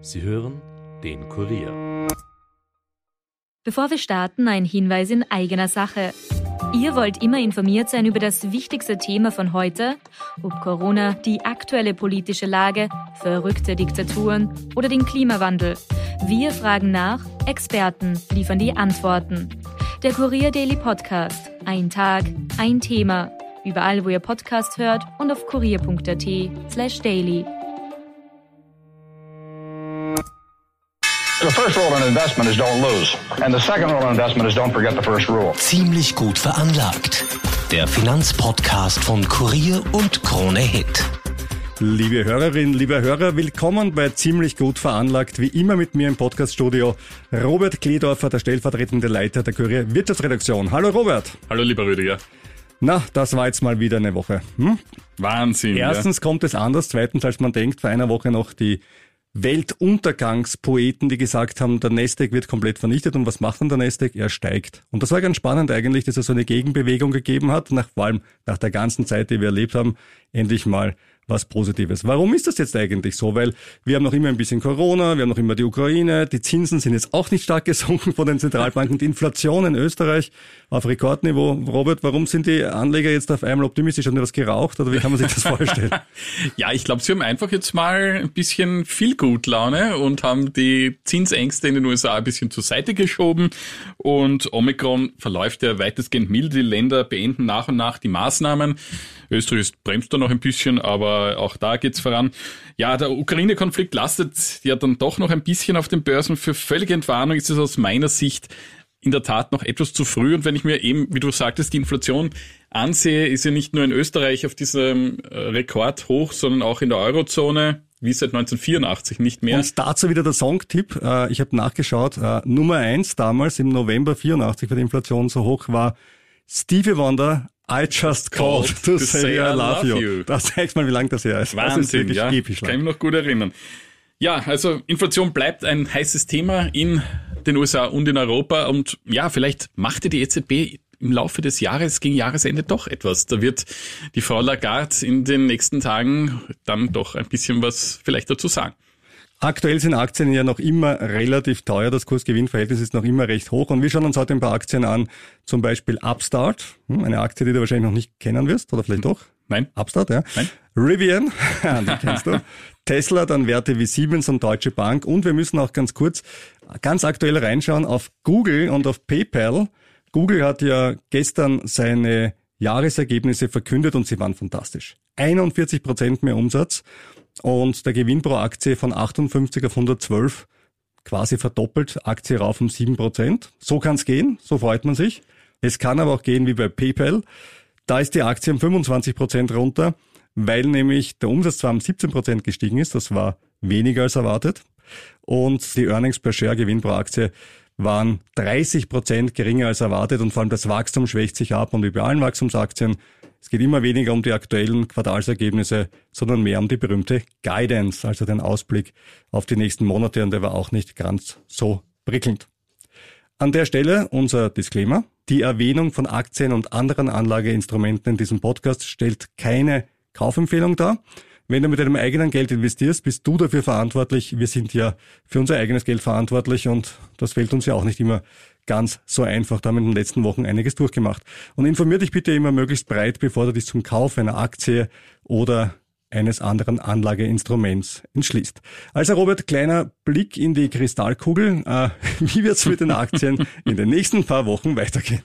Sie hören den Kurier. Bevor wir starten, ein Hinweis in eigener Sache. Ihr wollt immer informiert sein über das wichtigste Thema von heute, ob Corona, die aktuelle politische Lage, verrückte Diktaturen oder den Klimawandel. Wir fragen nach, Experten liefern die Antworten. Der Kurier Daily Podcast. Ein Tag, ein Thema. Überall, wo ihr Podcast hört und auf kurier.at/daily. The first rule in investment is don't lose. And the second rule in investment is don't forget the first rule. Ziemlich gut veranlagt. Der Finanzpodcast von Kurier und Krone Hit. Liebe Hörerinnen, liebe Hörer, willkommen bei Ziemlich gut veranlagt. Wie immer mit mir im Podcaststudio Robert Kledorfer, der stellvertretende Leiter der Kurier Wirtschaftsredaktion. Hallo Robert. Hallo lieber Rüdiger. Na, das war jetzt mal wieder eine Woche. Wahnsinn. Erstens kommt es anders, zweitens als man denkt, vor einer Woche noch die Weltuntergangspoeten, die gesagt haben, der Nasdaq wird komplett vernichtet. Und was macht denn der Nasdaq? Er steigt. Und das war ganz spannend eigentlich, dass es so eine Gegenbewegung gegeben hat, vor allem nach der ganzen Zeit, die wir erlebt haben, endlich mal was Positives. Warum ist das jetzt eigentlich so? Weil wir haben noch immer ein bisschen Corona, wir haben noch immer die Ukraine, die Zinsen sind jetzt auch nicht stark gesunken von den Zentralbanken, die Inflation in Österreich auf Rekordniveau. Robert, warum sind die Anleger jetzt auf einmal optimistisch? Haben die was geraucht oder wie kann man sich das vorstellen? Ja, ich glaube, sie haben einfach jetzt mal ein bisschen viel Gutlaune und haben die Zinsängste in den USA ein bisschen zur Seite geschoben und Omikron verläuft ja weitestgehend milde. Die Länder beenden nach und nach die Maßnahmen. Österreich bremst da noch ein bisschen, aber auch da geht's voran. Ja, der Ukraine-Konflikt lastet ja dann doch noch ein bisschen auf den Börsen. Für völlige Entwarnung ist es aus meiner Sicht in der Tat noch etwas zu früh. Und wenn ich mir eben, wie du sagtest, die Inflation ansehe, ist ja nicht nur in Österreich auf diesem Rekordhoch, sondern auch in der Eurozone, wie seit 1984 nicht mehr. Und dazu wieder der Songtipp. Ich habe nachgeschaut. Nummer 1 damals im November 84, weil die Inflation so hoch war, Stevie Wonder, I just called to say I love you. Da zeigst mal, wie lang das her ist. Wahnsinn, das ist wirklich ja. episch lang. Kann ich mich noch gut erinnern. Ja, also Inflation bleibt ein heißes Thema in den USA und in Europa. Und ja, vielleicht machte die EZB im Laufe des Jahres gegen Jahresende doch etwas. Da wird die Frau Lagarde in den nächsten Tagen dann doch ein bisschen was vielleicht dazu sagen. Aktuell sind Aktien ja noch immer relativ teuer. Das Kurs-Gewinn-Verhältnis ist noch immer recht hoch. Und wir schauen uns heute ein paar Aktien an. Zum Beispiel Upstart, eine Aktie, die du wahrscheinlich noch nicht kennen wirst. Oder vielleicht doch? Nein. Upstart, ja. Nein. Rivian, die kennst du. Tesla, dann Werte wie Siemens und Deutsche Bank. Und wir müssen auch ganz aktuell reinschauen auf Google und auf PayPal. Google hat ja gestern seine Jahresergebnisse verkündet und sie waren fantastisch. 41% mehr Umsatz. Und der Gewinn pro Aktie von 58 auf 112 quasi verdoppelt, Aktie rauf um 7%. So kann es gehen, so freut man sich. Es kann aber auch gehen wie bei PayPal. Da ist die Aktie um 25% runter, weil nämlich der Umsatz zwar um 17% gestiegen ist, das war weniger als erwartet. Und die Earnings per Share, Gewinn pro Aktie, waren 30% geringer als erwartet und vor allem das Wachstum schwächt sich ab und wie bei allen Wachstumsaktien, es geht immer weniger um die aktuellen Quartalsergebnisse, sondern mehr um die berühmte Guidance, also den Ausblick auf die nächsten Monate und der war auch nicht ganz so prickelnd. An der Stelle unser Disclaimer. Die Erwähnung von Aktien und anderen Anlageinstrumenten in diesem Podcast stellt keine Kaufempfehlung dar. Wenn du mit deinem eigenen Geld investierst, bist du dafür verantwortlich. Wir sind ja für unser eigenes Geld verantwortlich und das fällt uns ja auch nicht immer ganz so einfach. Da haben wir in den letzten Wochen einiges durchgemacht. Und informier dich bitte immer möglichst breit, bevor du dich zum Kauf einer Aktie oder eines anderen Anlageinstruments entschließt. Also Robert, kleiner Blick in die Kristallkugel. Wie wird's mit den Aktien in den nächsten paar Wochen weitergehen?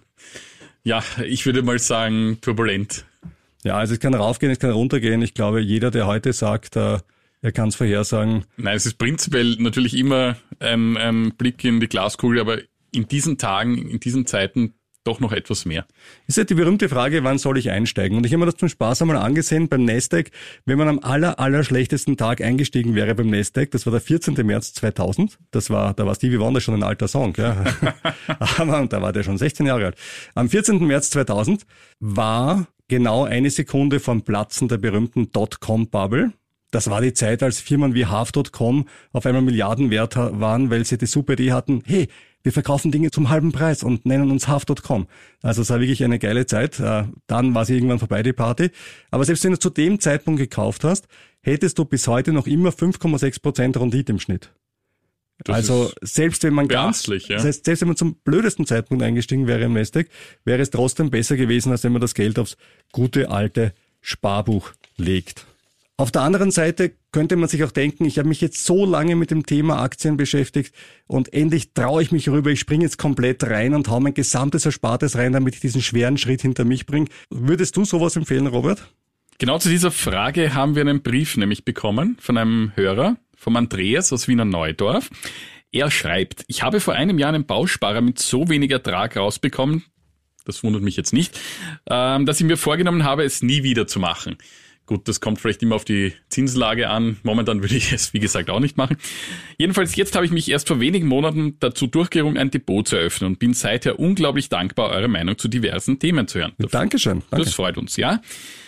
Ja, ich würde mal sagen, turbulent. Ja, also es kann raufgehen, es kann runtergehen. Ich glaube, jeder, der heute sagt, er kann es vorhersagen. Nein, es ist prinzipiell natürlich immer ein Blick in die Glaskugel, aber in diesen Tagen, in diesen Zeiten doch noch etwas mehr. Ist ja die berühmte Frage, wann soll ich einsteigen? Und ich habe mir das zum Spaß einmal angesehen beim Nasdaq. Wenn man am allerschlechtesten Tag eingestiegen wäre beim Nasdaq, das war der 14. März 2000. Da war Stevie Wonder schon ein alter Song, ja. Aber da war der schon 16 Jahre alt. Am 14. März 2000 war genau eine Sekunde vom Platzen der berühmten Dotcom-Bubble. Das war die Zeit, als Firmen wie Half.com auf einmal Milliarden wert waren, weil sie die super Idee hatten, hey, wir verkaufen Dinge zum halben Preis und nennen uns Half.com. Also es war wirklich eine geile Zeit. Dann war sie irgendwann vorbei, die Party. Aber selbst wenn du zu dem Zeitpunkt gekauft hast, hättest du bis heute noch immer 5,6% Rendite im Schnitt. Also selbst wenn man selbst wenn man zum blödesten Zeitpunkt eingestiegen wäre im Nasdaq, wäre es trotzdem besser gewesen, als wenn man das Geld aufs gute alte Sparbuch legt. Auf der anderen Seite könnte man sich auch denken, ich habe mich jetzt so lange mit dem Thema Aktien beschäftigt und endlich traue ich mich rüber, ich springe jetzt komplett rein und hau mein gesamtes Erspartes rein, damit ich diesen schweren Schritt hinter mich bringe. Würdest du sowas empfehlen, Robert? Genau zu dieser Frage haben wir einen Brief nämlich bekommen von einem Hörer, vom Andreas aus Wiener Neudorf. Er schreibt, ich habe vor einem Jahr einen Bausparer mit so wenig Ertrag rausbekommen, das wundert mich jetzt nicht, dass ich mir vorgenommen habe, es nie wieder zu machen. Gut, das kommt vielleicht immer auf die Zinslage an. Momentan würde ich es, wie gesagt, auch nicht machen. Jedenfalls, jetzt habe ich mich erst vor wenigen Monaten dazu durchgerungen, ein Depot zu eröffnen und bin seither unglaublich dankbar, eure Meinung zu diversen Themen zu hören. Dankeschön. Danke. Das freut uns, ja.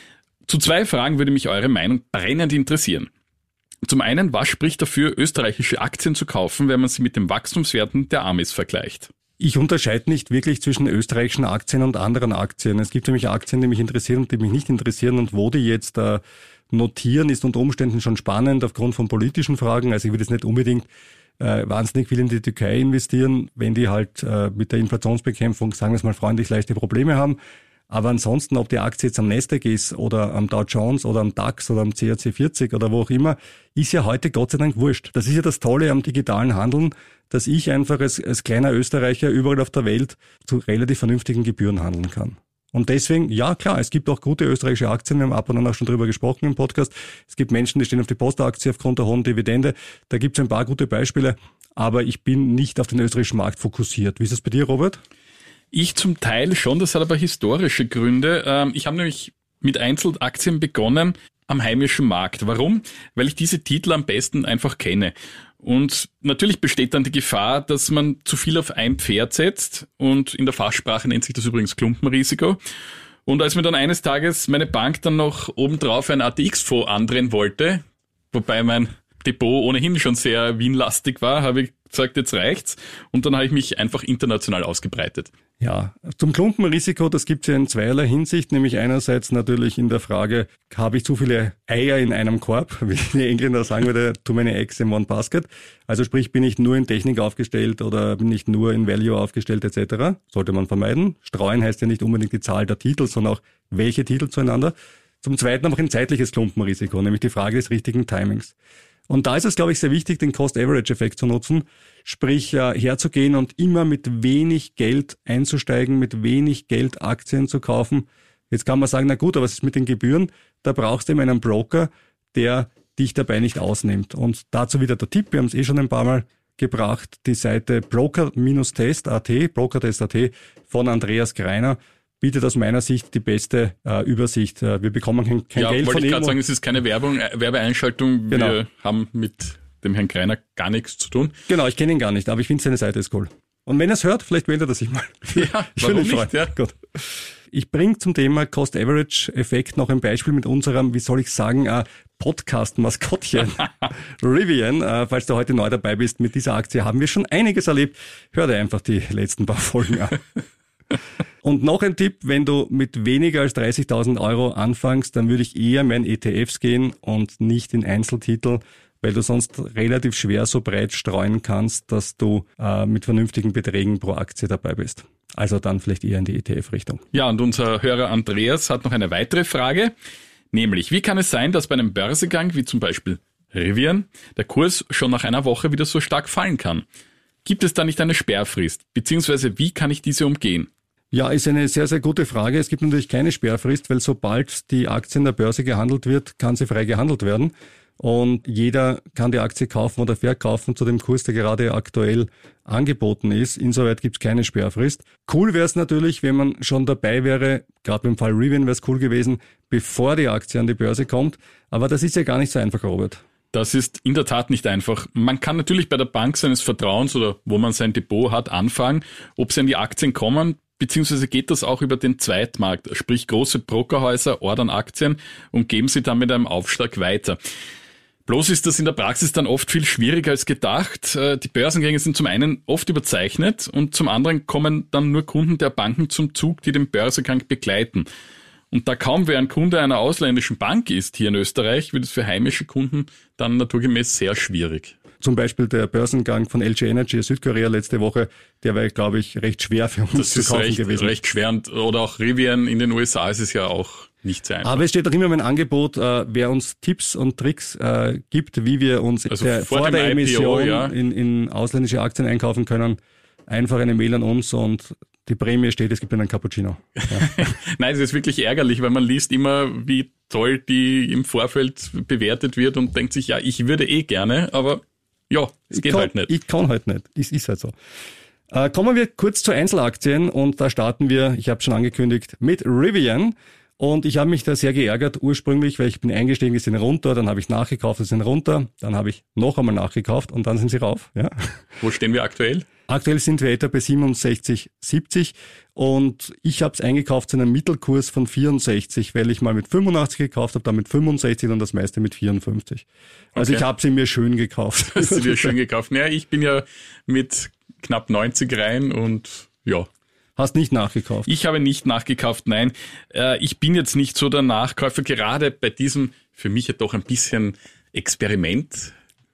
Zu 2 Fragen würde mich eure Meinung brennend interessieren. Zum einen, was spricht dafür, österreichische Aktien zu kaufen, wenn man sie mit den Wachstumswerten der Amis vergleicht? Ich unterscheide nicht wirklich zwischen österreichischen Aktien und anderen Aktien. Es gibt nämlich Aktien, die mich interessieren und die mich nicht interessieren, und wo die jetzt notieren, ist unter Umständen schon spannend aufgrund von politischen Fragen. Also ich würde jetzt nicht unbedingt wahnsinnig viel in die Türkei investieren, wenn die halt mit der Inflationsbekämpfung, sagen wir es mal freundlich, leichte Probleme haben. Aber ansonsten, ob die Aktie jetzt am Nasdaq ist oder am Dow Jones oder am DAX oder am CAC 40 oder wo auch immer, ist ja heute Gott sei Dank wurscht. Das ist ja das Tolle am digitalen Handeln, dass ich einfach als kleiner Österreicher überall auf der Welt zu relativ vernünftigen Gebühren handeln kann. Und deswegen, ja klar, es gibt auch gute österreichische Aktien, wir haben ab und an auch schon drüber gesprochen im Podcast. Es gibt Menschen, die stehen auf die Post-Aktie aufgrund der hohen Dividende. Da gibt es ein paar gute Beispiele, aber ich bin nicht auf den österreichischen Markt fokussiert. Wie ist es bei dir, Robert? Ich zum Teil schon, das hat aber historische Gründe. Ich habe nämlich mit Einzelaktien begonnen am heimischen Markt. Warum? Weil ich diese Titel am besten einfach kenne. Und natürlich besteht dann die Gefahr, dass man zu viel auf ein Pferd setzt, und in der Fachsprache nennt sich das übrigens Klumpenrisiko. Und als mir dann eines Tages meine Bank dann noch obendrauf ein ATX-Fonds andrehen wollte, wobei mein Depot ohnehin schon sehr Wien-lastig war, habe ich gesagt, jetzt reicht's. Und dann habe ich mich einfach international ausgebreitet. Ja, zum Klumpenrisiko, das gibt es ja in zweierlei Hinsicht, nämlich einerseits natürlich in der Frage, habe ich zu viele Eier in einem Korb, wie die Engländer sagen würde, too many eggs in one basket. Also sprich, bin ich nur in Technik aufgestellt oder bin ich nur in Value aufgestellt etc. Sollte man vermeiden. Streuen heißt ja nicht unbedingt die Zahl der Titel, sondern auch welche Titel zueinander. Zum Zweiten aber ein zeitliches Klumpenrisiko, nämlich die Frage des richtigen Timings. Und da ist es, glaube ich, sehr wichtig, den Cost-Average-Effekt zu nutzen, sprich herzugehen und immer mit wenig Geld einzusteigen, mit wenig Geld Aktien zu kaufen. Jetzt kann man sagen, na gut, aber was ist mit den Gebühren? Da brauchst du immer einen Broker, der dich dabei nicht ausnimmt. Und dazu wieder der Tipp, wir haben es schon ein paar Mal gebracht, die Seite broker-test.at von Andreas Greiner bietet aus meiner Sicht die beste Übersicht. Wir bekommen kein Geld von ihm. Ja, wollte ich gerade sagen, es ist keine Werbeeinschaltung. Genau. Wir haben mit dem Herrn Greiner gar nichts zu tun. Genau, ich kenne ihn gar nicht, aber ich finde seine Seite ist cool. Und wenn er es hört, vielleicht meldet er sich mal. Ja, warum nicht? Ja. Gut. Ich bringe zum Thema Cost-Average-Effekt noch ein Beispiel mit unserem, wie soll ich sagen, Podcast-Maskottchen, Rivian. Falls du heute neu dabei bist, mit dieser Aktie haben wir schon einiges erlebt. Hör dir einfach die letzten paar Folgen an. Und noch ein Tipp, wenn du mit weniger als 30.000 Euro anfängst, dann würde ich eher mehr in ETFs gehen und nicht in Einzeltitel, weil du sonst relativ schwer so breit streuen kannst, dass du mit vernünftigen Beträgen pro Aktie dabei bist. Also dann vielleicht eher in die ETF-Richtung. Ja, und unser Hörer Andreas hat noch eine weitere Frage, nämlich, wie kann es sein, dass bei einem Börsegang wie zum Beispiel Rivian der Kurs schon nach einer Woche wieder so stark fallen kann? Gibt es da nicht eine Sperrfrist? Beziehungsweise wie kann ich diese umgehen? Ja, ist eine sehr, sehr gute Frage. Es gibt natürlich keine Sperrfrist, weil sobald die Aktie in der Börse gehandelt wird, kann sie frei gehandelt werden. Und jeder kann die Aktie kaufen oder verkaufen zu dem Kurs, der gerade aktuell angeboten ist. Insoweit gibt es keine Sperrfrist. Cool wäre es natürlich, wenn man schon dabei wäre, gerade beim Fall Rivian wäre es cool gewesen, bevor die Aktie an die Börse kommt. Aber das ist ja gar nicht so einfach, Robert. Das ist in der Tat nicht einfach. Man kann natürlich bei der Bank seines Vertrauens oder wo man sein Depot hat anfangen, ob sie an die Aktien kommen, beziehungsweise geht das auch über den Zweitmarkt, sprich große Brokerhäuser ordern Aktien und geben sie dann mit einem Aufschlag weiter. Bloß ist das in der Praxis dann oft viel schwieriger als gedacht. Die Börsengänge sind zum einen oft überzeichnet und zum anderen kommen dann nur Kunden der Banken zum Zug, die den Börsegang begleiten. Und da kaum wer ein Kunde einer ausländischen Bank ist hier in Österreich, wird es für heimische Kunden dann naturgemäß sehr schwierig. zum Beispiel der Börsengang von LG Energy Südkorea letzte Woche, der war, glaube ich, recht schwer für uns zu kaufen gewesen. Das ist recht schwer. Oder auch Rivian in den USA ist es ja auch nicht sehr einfach. Aber es steht auch immer mein Angebot, wer uns Tipps und Tricks gibt, wie wir uns vor der Emission in ausländische Aktien einkaufen können, einfach eine Mail an uns und die Prämie steht, es gibt einen Cappuccino. Ja. Nein, es ist wirklich ärgerlich, weil man liest immer, wie toll die im Vorfeld bewertet wird und denkt sich, ja, ich würde gerne, aber ja, es geht halt nicht. Ich kann halt nicht. Es ist halt so. Kommen wir kurz zu Einzelaktien und da starten wir, ich habe schon angekündigt, mit Rivian. Und ich habe mich da sehr geärgert ursprünglich, weil ich bin eingestiegen, die sind runter, dann habe ich nachgekauft, die sind runter, dann habe ich noch einmal nachgekauft und dann sind sie rauf. Ja. Wo stehen wir aktuell? Aktuell sind wir etwa bei 67,70 und ich habe es eingekauft zu einem Mittelkurs von 64, weil ich mal mit 85 gekauft habe, dann mit 65 und das meiste mit 54. Also okay. Ich habe sie mir schön gekauft. Hast du dir schön gekauft? Naja, ich bin ja mit knapp 90 rein und ja. Hast nicht nachgekauft? Ich habe nicht nachgekauft, nein. Ich bin jetzt nicht so der Nachkäufer, gerade bei diesem für mich ja doch ein bisschen Experiment.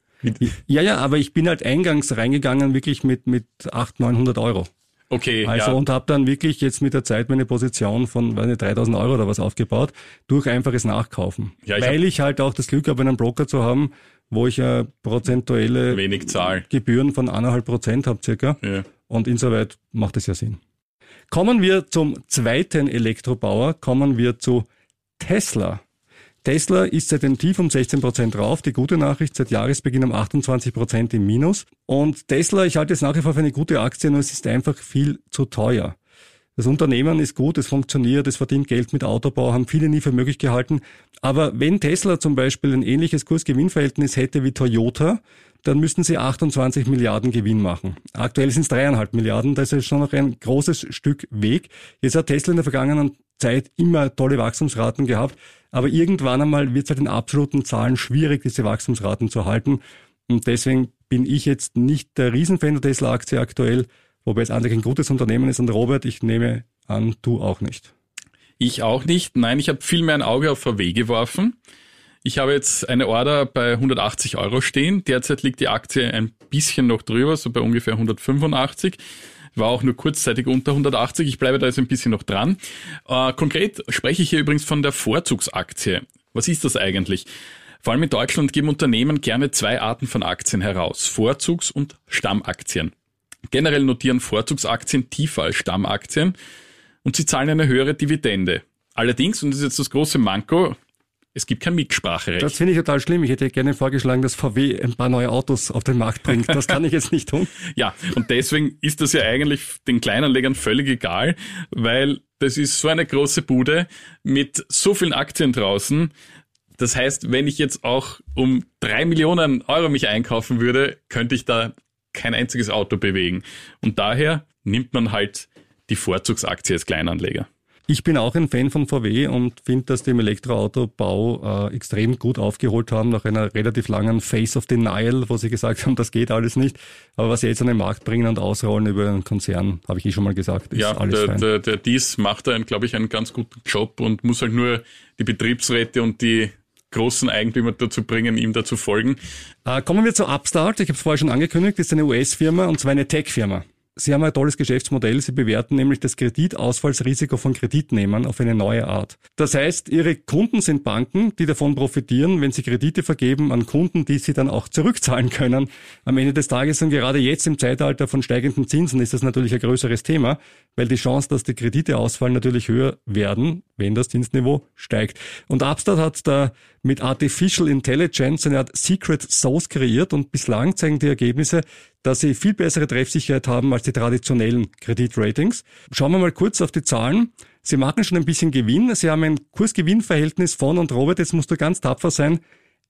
Ja, aber ich bin halt eingangs reingegangen wirklich mit 800, 900 Euro. Okay, also, ja. Und habe dann wirklich jetzt mit der Zeit meine Position von 3.000 Euro oder was aufgebaut, durch einfaches Nachkaufen. Ja, ich halt auch das Glück habe, einen Broker zu haben, wo ich ja prozentuelle wenig Zahl. Gebühren von 1,5% habe circa. Ja. Und insoweit macht es ja Sinn. Kommen wir zum zweiten Elektrobauer, kommen wir zu Tesla. Tesla ist seit dem Tief um 16% rauf. Die gute Nachricht, seit Jahresbeginn um 28% im Minus. Und Tesla, ich halte es nach wie vor für eine gute Aktie, nur es ist einfach viel zu teuer. Das Unternehmen ist gut, es funktioniert, es verdient Geld mit Autobau, haben viele nie für möglich gehalten. Aber wenn Tesla zum Beispiel ein ähnliches Kurs-Gewinn-Verhältnis hätte wie Toyota, dann müssten sie 28 Milliarden Gewinn machen. Aktuell sind es 3,5 Milliarden, das ist schon noch ein großes Stück Weg. Jetzt hat Tesla in der vergangenen Zeit immer tolle Wachstumsraten gehabt, aber irgendwann einmal wird es halt in absoluten Zahlen schwierig, diese Wachstumsraten zu halten. Und deswegen bin ich jetzt nicht der Riesenfan der Tesla-Aktie aktuell, wobei es eigentlich ein gutes Unternehmen ist. Und Robert, ich nehme an, du auch nicht. Ich auch nicht. Nein, ich habe viel mehr ein Auge auf VW geworfen. Ich habe jetzt eine Order bei 180 Euro stehen. Derzeit liegt die Aktie ein bisschen noch drüber, so bei ungefähr 185. War auch nur kurzzeitig unter 180. Ich bleibe da jetzt ein bisschen noch dran. Konkret spreche ich hier übrigens von der Vorzugsaktie. Was ist das eigentlich? Vor allem in Deutschland geben Unternehmen gerne zwei Arten von Aktien heraus. Vorzugs- und Stammaktien. Generell notieren Vorzugsaktien tiefer als Stammaktien und sie zahlen eine höhere Dividende. Allerdings, und das ist jetzt das große Manko, es gibt kein Mitspracherecht. Das finde ich total schlimm. Ich hätte gerne vorgeschlagen, dass VW ein paar neue Autos auf den Markt bringt. Das kann ich jetzt nicht tun. Ja, und deswegen ist das ja eigentlich den Kleinanlegern völlig egal, weil das ist so eine große Bude mit so vielen Aktien draußen. Das heißt, wenn ich jetzt auch um 3 Millionen Euro mich einkaufen würde, könnte ich da kein einziges Auto bewegen. Und daher nimmt man halt die Vorzugsaktie als Kleinanleger. Ich bin auch ein Fan von VW und finde, dass die im Elektroautobau extrem gut aufgeholt haben nach einer relativ langen Phase of Denial, wo sie gesagt haben, das geht alles nicht. Aber was sie jetzt an den Markt bringen und ausrollen über einen Konzern, habe ich schon mal gesagt, ist alles fein. Der Dies macht da, glaube ich, einen ganz guten Job und muss halt nur die Betriebsräte und die großen Eigentümer dazu bringen, ihm dazu folgen. Kommen wir zu Upstart. Ich habe es vorher schon angekündigt, das ist eine US-Firma und zwar eine Tech-Firma. Sie haben ein tolles Geschäftsmodell. Sie bewerten nämlich das Kreditausfallsrisiko von Kreditnehmern auf eine neue Art. Das heißt, Ihre Kunden sind Banken, die davon profitieren, wenn Sie Kredite vergeben an Kunden, die Sie dann auch zurückzahlen können. Am Ende des Tages und gerade jetzt im Zeitalter von steigenden Zinsen ist das natürlich ein größeres Thema, weil die Chance, dass die Kredite ausfallen, natürlich höher werden, wenn das Zinsniveau steigt. Und Upstart hat da mit Artificial Intelligence eine Art Secret Sauce kreiert und bislang zeigen die Ergebnisse, dass sie viel bessere Treffsicherheit haben als die traditionellen Kreditratings. Schauen wir mal kurz auf die Zahlen. Sie machen schon ein bisschen Gewinn. Sie haben ein Kurs-Gewinn-Verhältnis von, und Robert, jetzt musst du ganz tapfer sein,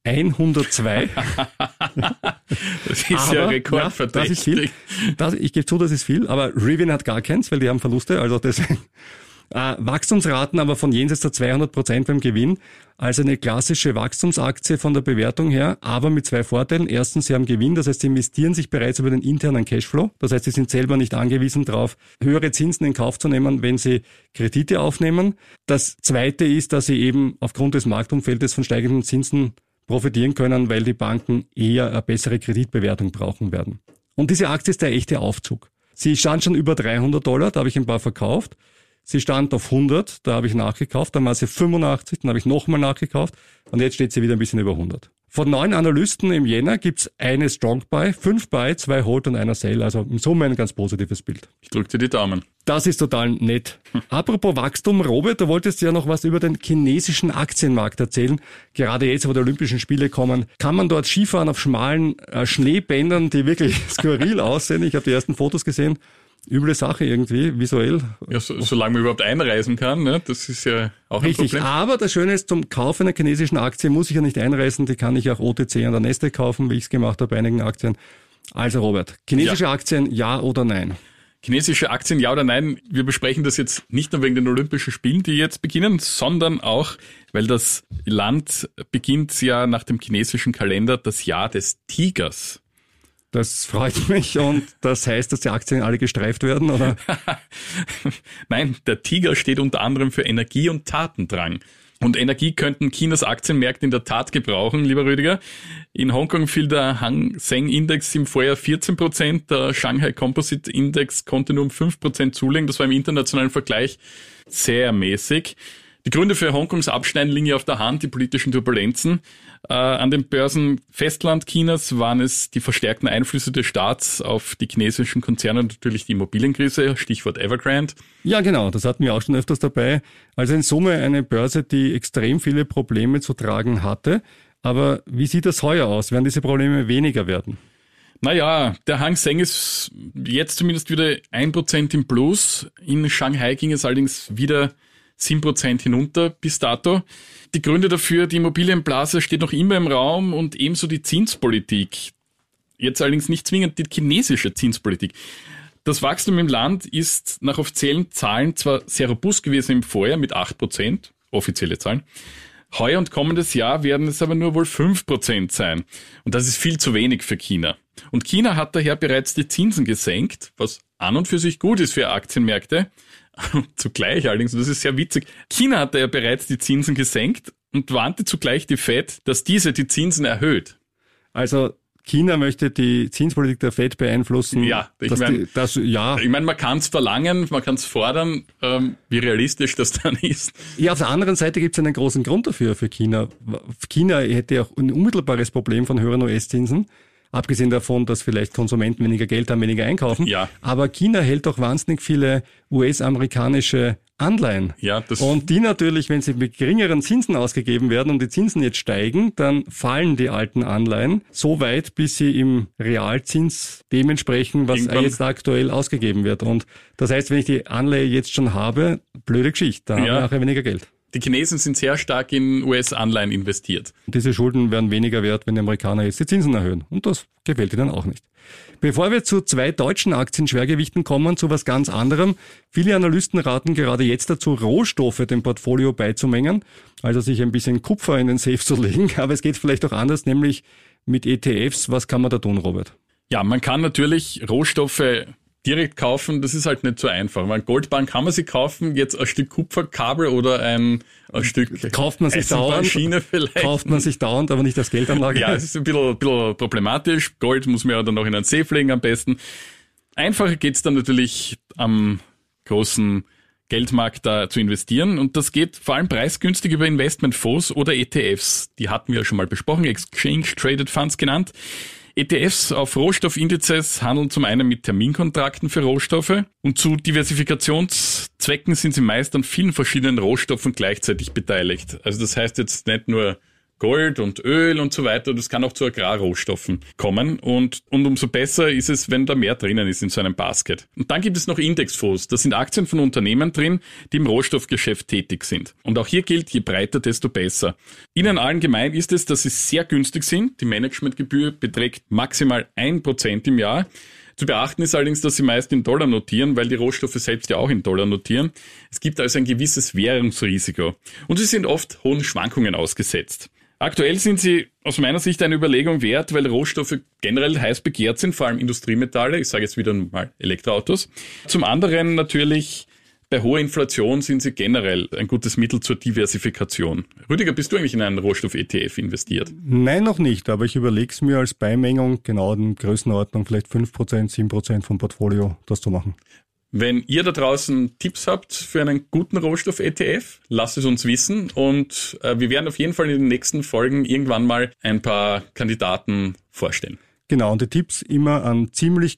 102. Das ist ja rekordverdächtig. Ja, das ist viel. Ich gebe zu, das ist viel, aber Rivian hat gar keins, weil die haben Verluste, also deswegen. Wachstumsraten aber von jenseits der 200% beim Gewinn. Also eine klassische Wachstumsaktie von der Bewertung her, aber mit zwei Vorteilen. Erstens, sie haben Gewinn, das heißt, sie investieren sich bereits über den internen Cashflow. Das heißt, sie sind selber nicht angewiesen darauf, höhere Zinsen in Kauf zu nehmen, wenn sie Kredite aufnehmen. Das Zweite ist, dass sie eben aufgrund des Marktumfeldes von steigenden Zinsen profitieren können, weil die Banken eher eine bessere Kreditbewertung brauchen werden. Und diese Aktie ist der echte Aufzug. Sie stand schon über $300, da habe ich ein paar verkauft. Sie stand auf 100, da habe ich nachgekauft, dann war sie 85, dann habe ich nochmal nachgekauft und jetzt steht sie wieder ein bisschen über 100. Von 9 Analysten im Jänner gibt's eine Strong Buy, 5 Buy, 2 Hold und einer Sell. Also in Summe ein ganz positives Bild. Ich drücke dir die Daumen. Das ist total nett. Apropos Wachstum, Robert, du wolltest ja noch was über den chinesischen Aktienmarkt erzählen. Gerade jetzt, wo die Olympischen Spiele kommen, kann man dort Skifahren auf schmalen Schneebändern, die wirklich skurril aussehen. Ich habe die ersten Fotos gesehen. Üble Sache irgendwie, visuell. Ja, solange man überhaupt einreisen kann, ne? Das ist ja auch ein Problem. Richtig, aber das Schöne ist, zum Kauf einer chinesischen Aktie muss ich ja nicht einreisen, die kann ich auch OTC an der Neste kaufen, wie ich es gemacht habe bei einigen Aktien. Also Robert, chinesische Aktien, ja oder nein? Chinesische Aktien, ja oder nein? Wir besprechen das jetzt nicht nur wegen den Olympischen Spielen, die jetzt beginnen, sondern auch, weil das Land beginnt ja nach dem chinesischen Kalender das Jahr des Tigers. Das freut mich und das heißt, dass die Aktien alle gestreift werden, oder? Nein, der Tiger steht unter anderem für Energie und Tatendrang. Und Energie könnten Chinas Aktienmärkte in der Tat gebrauchen, lieber Rüdiger. In Hongkong fiel der Hang Seng Index im Vorjahr 14%, der Shanghai Composite Index konnte nur um 5% zulegen. Das war im internationalen Vergleich sehr mäßig. Die Gründe für Hongkongs Abschneiden liegen ja auf der Hand, die politischen Turbulenzen. An den Börsen Festland Chinas waren es die verstärkten Einflüsse des Staats auf die chinesischen Konzerne und natürlich die Immobilienkrise, Stichwort Evergrande. Ja, genau, das hatten wir auch schon öfters dabei. Also in Summe eine Börse, die extrem viele Probleme zu tragen hatte. Aber wie sieht das heuer aus? Werden diese Probleme weniger werden? Naja, der Hang Seng ist jetzt zumindest wieder 1% im Plus. In Shanghai ging es allerdings wieder 7% hinunter bis dato. Die Gründe dafür, die Immobilienblase steht noch immer im Raum und ebenso die Zinspolitik. Jetzt allerdings nicht zwingend die chinesische Zinspolitik. Das Wachstum im Land ist nach offiziellen Zahlen zwar sehr robust gewesen im Vorjahr mit 8%, offizielle Zahlen. Heuer und kommendes Jahr werden es aber nur wohl 5% sein. Und das ist viel zu wenig für China. Und China hat daher bereits die Zinsen gesenkt, was an und für sich gut ist für Aktienmärkte. Zugleich allerdings, und das ist sehr witzig, China hat ja bereits die Zinsen gesenkt und warnte zugleich die Fed, dass diese die Zinsen erhöht. Also China möchte die Zinspolitik der Fed beeinflussen. Ja, ich meine, man kann es verlangen, man kann es fordern, wie realistisch das dann ist. Ja, auf der anderen Seite gibt es einen großen Grund dafür für China. China hätte auch ein unmittelbares Problem von höheren US-Zinsen. Abgesehen davon, dass vielleicht Konsumenten weniger Geld haben, weniger einkaufen. Ja. Aber China hält auch wahnsinnig viele US-amerikanische Anleihen. Ja, und die natürlich, wenn sie mit geringeren Zinsen ausgegeben werden und die Zinsen jetzt steigen, dann fallen die alten Anleihen so weit, bis sie im Realzins dementsprechend, was jetzt aktuell ausgegeben wird. Und das heißt, wenn ich die Anleihe jetzt schon habe, blöde Geschichte, dann habe ich nachher weniger Geld. Die Chinesen sind sehr stark in US-Anleihen investiert. Diese Schulden werden weniger wert, wenn die Amerikaner jetzt die Zinsen erhöhen. Und das gefällt ihnen auch nicht. Bevor wir zu 2 deutschen Aktienschwergewichten kommen, zu was ganz anderem. Viele Analysten raten gerade jetzt dazu, Rohstoffe dem Portfolio beizumengen, also sich ein bisschen Kupfer in den Safe zu legen. Aber es geht vielleicht auch anders, nämlich mit ETFs. Was kann man da tun, Robert? Ja, man kann natürlich Rohstoffe direkt kaufen, das ist halt nicht so einfach. Weil Goldbahn kann man sie kaufen, jetzt ein Stück Kupferkabel oder ein Stück kauft man sich dauernd, vielleicht. Kauft man sich dauernd, aber nicht als Geldanlage. Ja, es ist ein bisschen problematisch. Gold muss man ja dann noch in einen Safe legen am besten. Einfacher geht's dann natürlich am großen Geldmarkt da zu investieren und das geht vor allem preisgünstig über Investmentfonds oder ETFs. Die hatten wir ja schon mal besprochen, Exchange Traded Funds genannt. ETFs auf Rohstoffindizes handeln zum einen mit Terminkontrakten für Rohstoffe und zu Diversifikationszwecken sind sie meist an vielen verschiedenen Rohstoffen gleichzeitig beteiligt. Also das heißt jetzt nicht nur Gold und Öl und so weiter, das kann auch zu Agrarrohstoffen kommen und umso besser ist es, wenn da mehr drinnen ist in so einem Basket. Und dann gibt es noch Indexfonds, das sind Aktien von Unternehmen drin, die im Rohstoffgeschäft tätig sind. Und auch hier gilt, je breiter, desto besser. Ihnen allen gemein ist es, dass sie sehr günstig sind, die Managementgebühr beträgt maximal 1% im Jahr. Zu beachten ist allerdings, dass sie meist in Dollar notieren, weil die Rohstoffe selbst ja auch in Dollar notieren. Es gibt also ein gewisses Währungsrisiko und sie sind oft hohen Schwankungen ausgesetzt. Aktuell sind sie aus meiner Sicht eine Überlegung wert, weil Rohstoffe generell heiß begehrt sind, vor allem Industriemetalle, ich sage jetzt wieder mal Elektroautos. Zum anderen natürlich bei hoher Inflation sind sie generell ein gutes Mittel zur Diversifikation. Rüdiger, bist du eigentlich in einen Rohstoff-ETF investiert? Nein, noch nicht, aber ich überlege es mir als Beimengung, genau in Größenordnung, vielleicht 5%, 7% vom Portfolio, das zu machen. Wenn ihr da draußen Tipps habt für einen guten Rohstoff-ETF, lasst es uns wissen und wir werden auf jeden Fall in den nächsten Folgen irgendwann mal ein paar Kandidaten vorstellen. Genau, und die Tipps immer an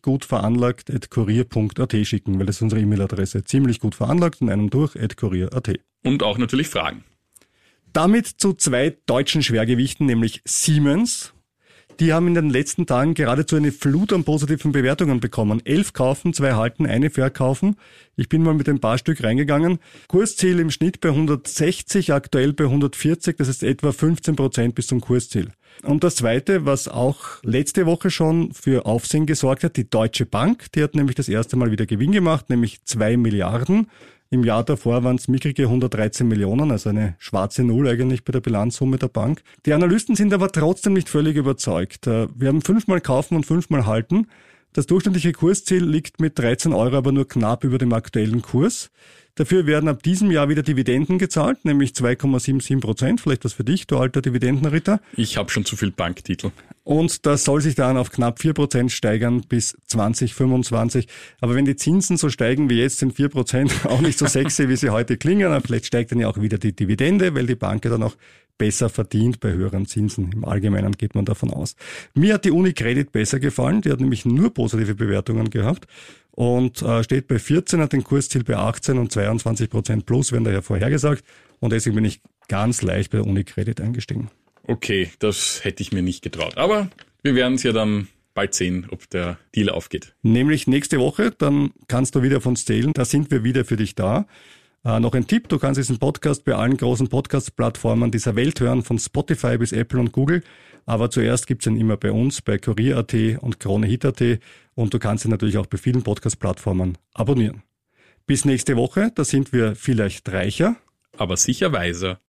ziemlichgutveranlagt@kurier.at schicken, weil das ist unsere E-Mail-Adresse. Ziemlich gut veranlagt in einem durch @kurier.at. Und auch natürlich Fragen. Damit zu 2 deutschen Schwergewichten, nämlich Siemens. Die haben in den letzten Tagen geradezu eine Flut an positiven Bewertungen bekommen. 11 kaufen, 2 halten, 1 verkaufen. Ich bin mal mit ein paar Stück reingegangen. Kursziel im Schnitt bei 160, aktuell bei 140, das ist etwa 15% bis zum Kursziel. Und das Zweite, was auch letzte Woche schon für Aufsehen gesorgt hat, die Deutsche Bank, die hat nämlich das erste Mal wieder Gewinn gemacht, nämlich 2 Milliarden. Im Jahr davor waren es mickrige 113 Millionen, also eine schwarze Null eigentlich bei der Bilanzsumme der Bank. Die Analysten sind aber trotzdem nicht völlig überzeugt. Wir haben 5-mal kaufen und 5-mal halten. Das durchschnittliche Kursziel liegt mit 13 € aber nur knapp über dem aktuellen Kurs. Dafür werden ab diesem Jahr wieder Dividenden gezahlt, nämlich 2,77%. Vielleicht was für dich, du alter Dividendenritter. Ich habe schon zu viel Banktitel. Und das soll sich dann auf knapp 4% steigern bis 2025. Aber wenn die Zinsen so steigen wie jetzt, sind 4% auch nicht so sexy, wie sie heute klingen. Aber vielleicht steigt dann ja auch wieder die Dividende, weil die Bank ja dann auch besser verdient bei höheren Zinsen. Im Allgemeinen geht man davon aus. Mir hat die UniCredit besser gefallen. Die hat nämlich nur positive Bewertungen gehabt und steht bei 14, hat den Kursziel bei 18 und 22% plus, werden daher vorhergesagt. Und deswegen bin ich ganz leicht bei der UniCredit eingestiegen. Okay, das hätte ich mir nicht getraut. Aber wir werden es ja dann bald sehen, ob der Deal aufgeht. Nämlich nächste Woche, dann kannst du wieder auf uns zählen. Da sind wir wieder für dich da. Noch ein Tipp, du kannst diesen Podcast bei allen großen Podcast-Plattformen dieser Welt hören, von Spotify bis Apple und Google. Aber zuerst gibt's ihn immer bei uns, bei Kurier.at und KroneHit.at. Und du kannst ihn natürlich auch bei vielen Podcast-Plattformen abonnieren. Bis nächste Woche, da sind wir vielleicht reicher. Aber sicher weiser.